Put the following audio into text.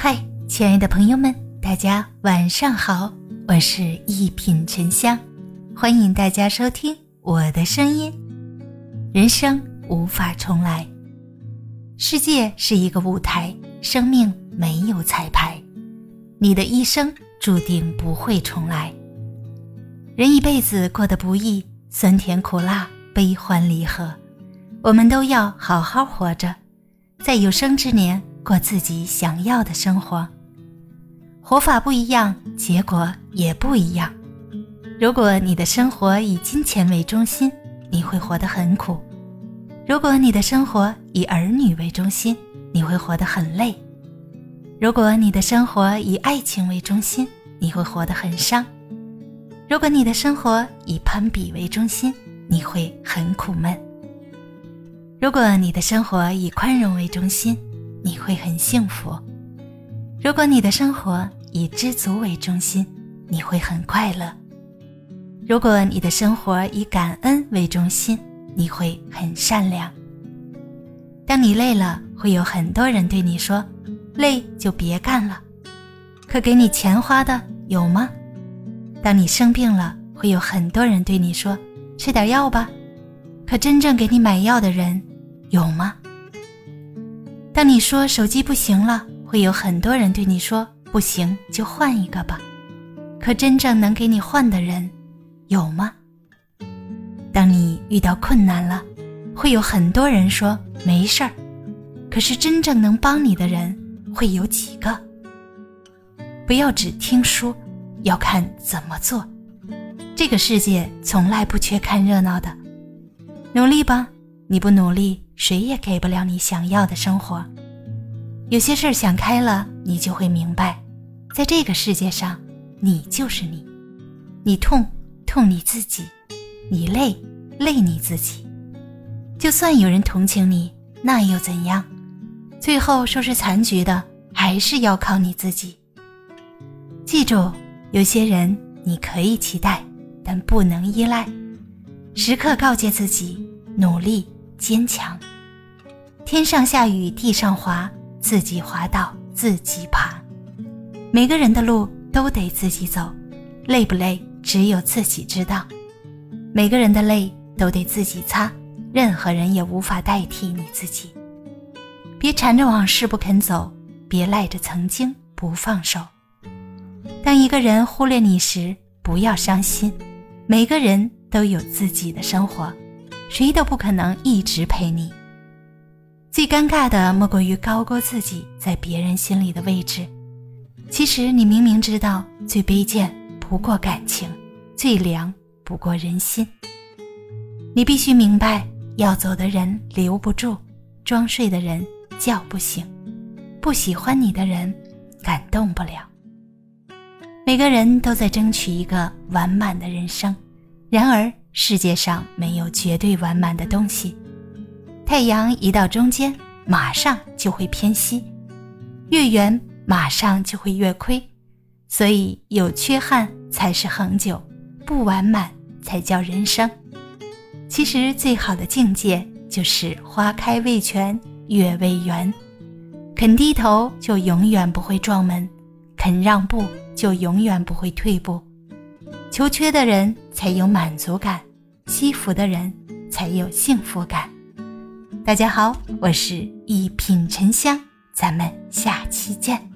嗨，亲爱的朋友们，大家晚上好，我是一品沉香，欢迎大家收听我的声音。人生无法重来，世界是一个舞台，生命没有彩排，你的一生注定不会重来。人一辈子过得不易，酸甜苦辣，悲欢离合，我们都要好好活着，在有生之年过自己想要的生活。活法不一样，结果也不一样。如果你的生活以金钱为中心，你会活得很苦；如果你的生活以儿女为中心，你会活得很累；如果你的生活以爱情为中心，你会活得很伤；如果你的生活以攀比为中心，你会很苦闷；如果你的生活以宽容为中心，你会很幸福；如果你的生活以知足为中心，你会很快乐；如果你的生活以感恩为中心，你会很善良。当你累了，会有很多人对你说，累就别干了。可给你钱花的有吗？当你生病了，会有很多人对你说，吃点药吧。可真正给你买药的人有吗？当你说手机不行了，会有很多人对你说，不行就换一个吧。可真正能给你换的人有吗？当你遇到困难了，会有很多人说没事儿，可是真正能帮你的人会有几个？不要只听书，要看怎么做。这个世界从来不缺看热闹的，努力吧，你不努力，谁也给不了你想要的生活。有些事儿想开了，你就会明白，在这个世界上，你就是你。你痛，痛你自己；你累，累你自己。就算有人同情你，那又怎样？最后收拾残局的，还是要靠你自己。记住，有些人你可以期待，但不能依赖。时刻告诫自己，努力坚强。天上下雨地上滑，自己滑倒自己爬。每个人的路都得自己走，累不累只有自己知道。每个人的泪都得自己擦，任何人也无法代替你自己。别缠着往事不肯走，别赖着曾经不放手。当一个人忽略你时，不要伤心。每个人都有自己的生活，谁都不可能一直陪你。最尴尬的莫过于高估自己在别人心里的位置。其实你明明知道，最卑贱不过感情，最凉不过人心。你必须明白，要走的人留不住，装睡的人叫不醒，不喜欢你的人感动不了。每个人都在争取一个完满的人生，然而世界上没有绝对完满的东西。太阳一到中间，马上就会偏西，越圆马上就会越亏。所以有缺憾才是恒久，不完满才叫人生。其实最好的境界就是花开未全，月未圆。肯低头就永远不会撞门，肯让步就永远不会退步。求缺的人才有满足感，惜福的人才有幸福感。大家好，我是一品沉香，咱们下期见。